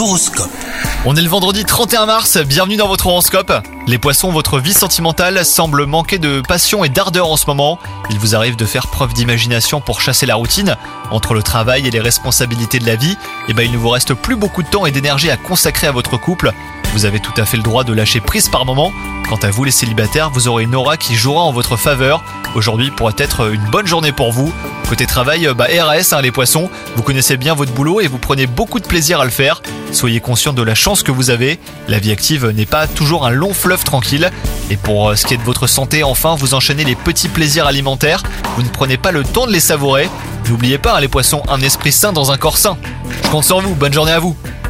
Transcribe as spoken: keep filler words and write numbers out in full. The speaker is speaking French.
L'horoscope. On est le vendredi trente et un mars, bienvenue dans votre horoscope. Les poissons, votre vie sentimentale semble manquer de passion et d'ardeur en ce moment. Il vous arrive de faire preuve d'imagination pour chasser la routine. Entre le travail et les responsabilités de la vie, eh ben, il ne vous reste plus beaucoup de temps et d'énergie à consacrer à votre couple. Vous avez tout à fait le droit de lâcher prise par moment. Quant à vous les célibataires, vous aurez une aura qui jouera en votre faveur. Aujourd'hui pourrait être une bonne journée pour vous. Côté travail, bah R A S hein, les poissons, vous connaissez bien votre boulot et vous prenez beaucoup de plaisir à le faire. Soyez conscient de la chance que vous avez. La vie active n'est pas toujours un long fleuve tranquille. Et pour ce qui est de votre santé, enfin, vous enchaînez les petits plaisirs alimentaires. Vous ne prenez pas le temps de les savourer. N'oubliez pas hein, les poissons, un esprit sain dans un corps sain. Je compte sur vous, bonne journée à vous.